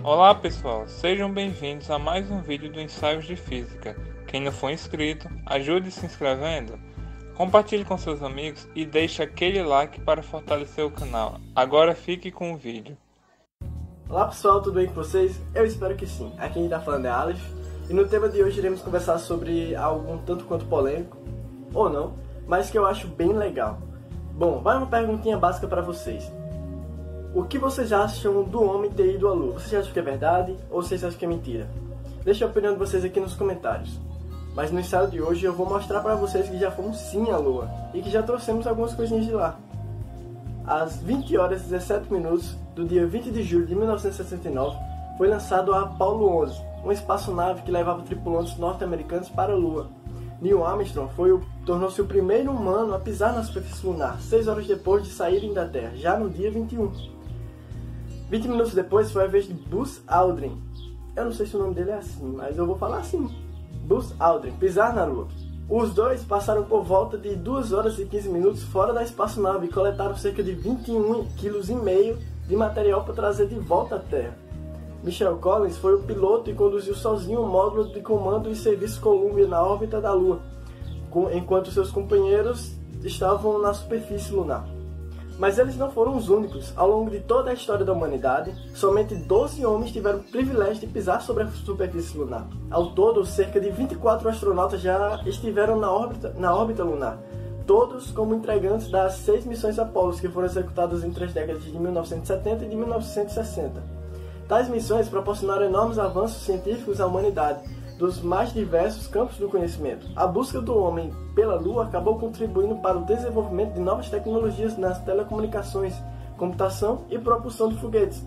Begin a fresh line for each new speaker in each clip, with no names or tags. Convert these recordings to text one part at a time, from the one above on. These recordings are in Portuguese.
Olá pessoal, sejam bem-vindos a mais um vídeo do Ensaios de Física. Quem não for inscrito, ajude se inscrevendo, compartilhe com seus amigos e deixe aquele like para fortalecer o canal. Agora fique com o vídeo.
Olá pessoal, tudo bem com vocês? Eu espero que sim. Aqui quem está falando é Aleph e no tema de hoje iremos conversar sobre algo um tanto quanto polêmico, ou não, mas que eu acho bem legal. Bom, vai uma perguntinha básica para vocês. O que vocês acham do homem ter ido à Lua? Vocês acham que é verdade ou vocês acham que é mentira? Deixe a opinião de vocês aqui nos comentários. Mas no ensaio de hoje eu vou mostrar para vocês que já fomos sim à Lua e que já trouxemos algumas coisinhas de lá. Às 20 horas e 17 minutos do dia 20 de julho de 1969 foi lançado a Apollo 11, uma espaçonave que levava tripulantes norte-americanos para a Lua. Neil Armstrong tornou-se o primeiro humano a pisar na superfície lunar, 6 horas depois de saírem da Terra, já no dia 21. 20 minutos depois foi a vez de Buzz Aldrin. Eu não sei se o nome dele é assim, mas eu vou falar assim. Buzz Aldrin, pisar na Lua. Os dois passaram por volta de 2 horas e 15 minutos fora da espaçonave e coletaram cerca de 21,5 kg de material para trazer de volta à Terra. Michael Collins foi o piloto e conduziu sozinho o módulo de comando e serviço Columbia na órbita da Lua, enquanto seus companheiros estavam na superfície lunar. Mas eles não foram os únicos. Ao longo de toda a história da humanidade, somente 12 homens tiveram o privilégio de pisar sobre a superfície lunar. Ao todo, cerca de 24 astronautas já estiveram na órbita lunar, todos como integrantes das 6 missões Apollo que foram executadas entre as décadas de 1970 e de 1960. Tais missões proporcionaram enormes avanços científicos à humanidade, dos mais diversos campos do conhecimento. A busca do homem pela Lua acabou contribuindo para o desenvolvimento de novas tecnologias nas telecomunicações, computação e propulsão de foguetes.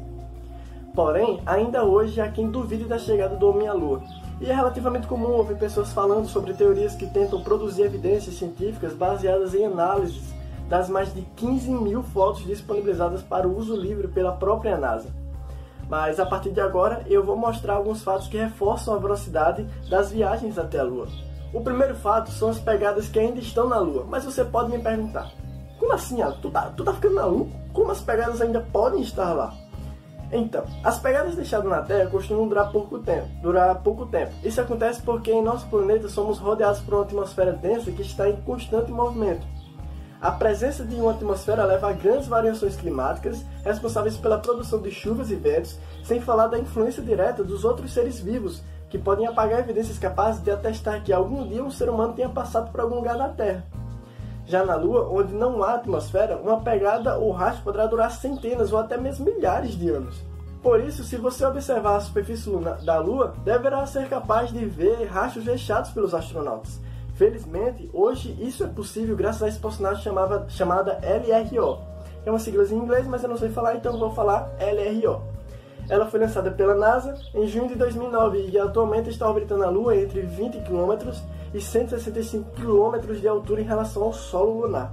Porém, ainda hoje há quem duvide da chegada do homem à Lua. E é relativamente comum ouvir pessoas falando sobre teorias que tentam produzir evidências científicas baseadas em análises das mais de 15 mil fotos disponibilizadas para o uso livre pela própria NASA. Mas a partir de agora eu vou mostrar alguns fatos que reforçam a velocidade das viagens até a Lua. O primeiro fato são as pegadas que ainda estão na Lua, mas você pode me perguntar, como assim, Alan? Tu tá ficando na Lua? Como as pegadas ainda podem estar lá? Então, as pegadas deixadas na Terra costumam durar pouco tempo. Isso acontece porque em nosso planeta somos rodeados por uma atmosfera densa que está em constante movimento. A presença de uma atmosfera leva a grandes variações climáticas responsáveis pela produção de chuvas e ventos, sem falar da influência direta dos outros seres vivos, que podem apagar evidências capazes de atestar que algum dia um ser humano tenha passado por algum lugar da Terra. Já na Lua, onde não há atmosfera, uma pegada ou rastro poderá durar centenas ou até mesmo milhares de anos. Por isso, se você observar a superfície da Lua, deverá ser capaz de ver rastros deixados pelos astronautas. Felizmente, hoje isso é possível graças à espaçonave chamada LRO. É uma sigla em inglês, mas eu não sei falar, então vou falar LRO. Ela foi lançada pela NASA em junho de 2009 e atualmente está orbitando a Lua entre 20 km e 165 km de altura em relação ao solo lunar.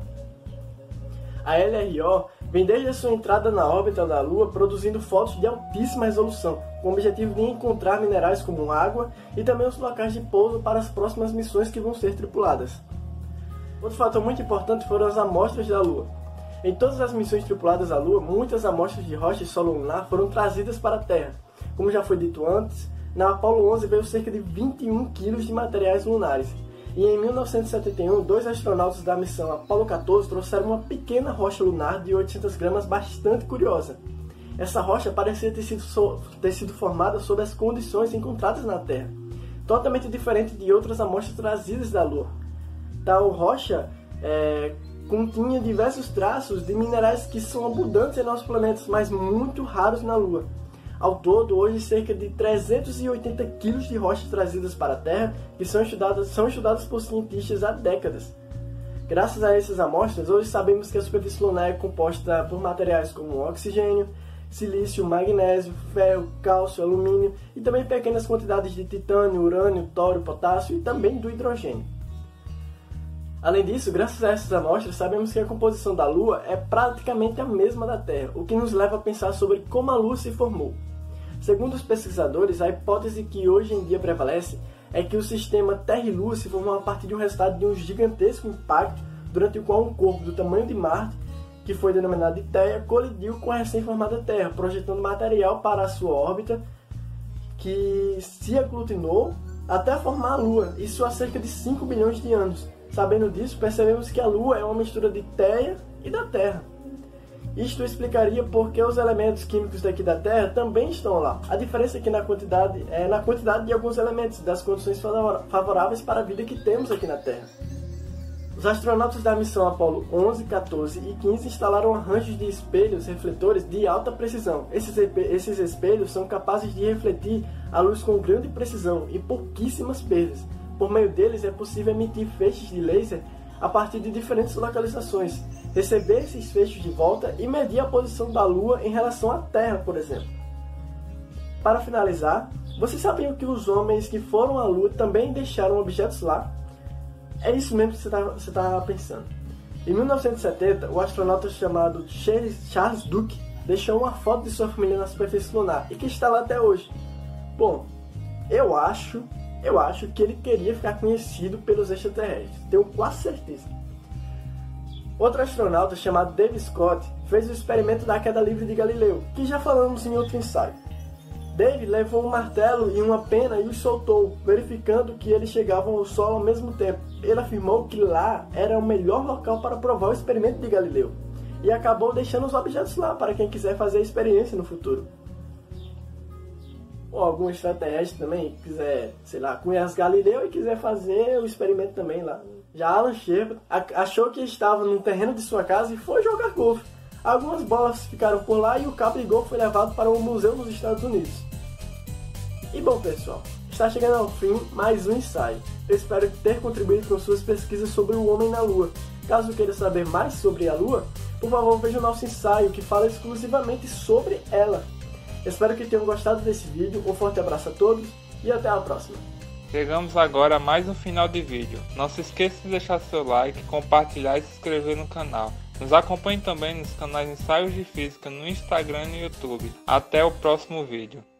A LRO vem desde a sua entrada na órbita da Lua produzindo fotos de altíssima resolução, com o objetivo de encontrar minerais como água e também os locais de pouso para as próximas missões que vão ser tripuladas. Outro fator muito importante foram as amostras da Lua. Em todas as missões tripuladas à Lua, muitas amostras de rocha e solo lunar foram trazidas para a Terra. Como já foi dito antes, na Apollo 11 veio cerca de 21 kg de materiais lunares. E em 1971, 2 astronautas da missão Apollo 14 trouxeram uma pequena rocha lunar de 800 gramas bastante curiosa. Essa rocha parecia ter sido formada sob as condições encontradas na Terra, totalmente diferente de outras amostras trazidas da Lua. Tal rocha continha diversos traços de minerais que são abundantes em nossos planetas, mas muito raros na Lua. Ao todo, hoje, cerca de 380 kg de rochas trazidas para a Terra que são estudadas por cientistas há décadas. Graças a essas amostras, hoje sabemos que a superfície lunar é composta por materiais como oxigênio, silício, magnésio, ferro, cálcio, alumínio e também pequenas quantidades de titânio, urânio, tório, potássio e também do hidrogênio. Além disso, graças a essas amostras, sabemos que a composição da Lua é praticamente a mesma da Terra, o que nos leva a pensar sobre como a Lua se formou. Segundo os pesquisadores, a hipótese que hoje em dia prevalece é que o sistema Terra e Lua se formou a partir de um resultado de um gigantesco impacto, durante o qual um corpo do tamanho de Marte que foi denominada de Theia, colidiu com a recém-formada Terra, projetando material para a sua órbita, que se aglutinou até formar a Lua, isso há cerca de 5 bilhões de anos. Sabendo disso, percebemos que a Lua é uma mistura de Theia e da Terra. Isto explicaria por que os elementos químicos daqui da Terra também estão lá. A diferença aqui na quantidade é na quantidade de alguns elementos, das condições favoráveis para a vida que temos aqui na Terra. Os astronautas da missão Apollo 11, 14 e 15 instalaram arranjos de espelhos refletores de alta precisão. Esses espelhos são capazes de refletir a luz com grande precisão e pouquíssimas perdas. Por meio deles é possível emitir feixes de laser a partir de diferentes localizações, receber esses feixes de volta e medir a posição da Lua em relação à Terra, por exemplo. Para finalizar, vocês sabiam que os homens que foram à Lua também deixaram objetos lá? É isso mesmo que você está pensando. Em 1970, o astronauta chamado Charles Duke deixou uma foto de sua família na superfície lunar e que está lá até hoje. Bom, eu acho que ele queria ficar conhecido pelos extraterrestres, tenho quase certeza. Outro astronauta chamado David Scott fez o experimento da queda livre de Galileu, que já falamos em outro ensaio. David levou um martelo e uma pena e os soltou, verificando que eles chegavam ao Sol ao mesmo tempo. Ele afirmou que lá era o melhor local para provar o experimento de Galileu, e acabou deixando os objetos lá para quem quiser fazer a experiência no futuro. Ou algum extraterrestre também quiser, sei lá, conhece Galileu e quiser fazer o experimento também lá. Já Alan Shepard achou que estava no terreno de sua casa e foi jogar golfe. Algumas bolas ficaram por lá e o cabo de golfe foi levado para um museu nos Estados Unidos. E bom, pessoal, está chegando ao fim mais um ensaio. Eu espero ter contribuído com suas pesquisas sobre o homem na Lua. Caso queira saber mais sobre a Lua, por favor veja o nosso ensaio que fala exclusivamente sobre ela. Espero que tenham gostado desse vídeo, um forte abraço a todos e até a próxima.
Chegamos agora a mais um final de vídeo. Não se esqueça de deixar seu like, compartilhar e se inscrever no canal. Nos acompanhe também nos canais Ensaios de Física no Instagram e no YouTube. Até o próximo vídeo.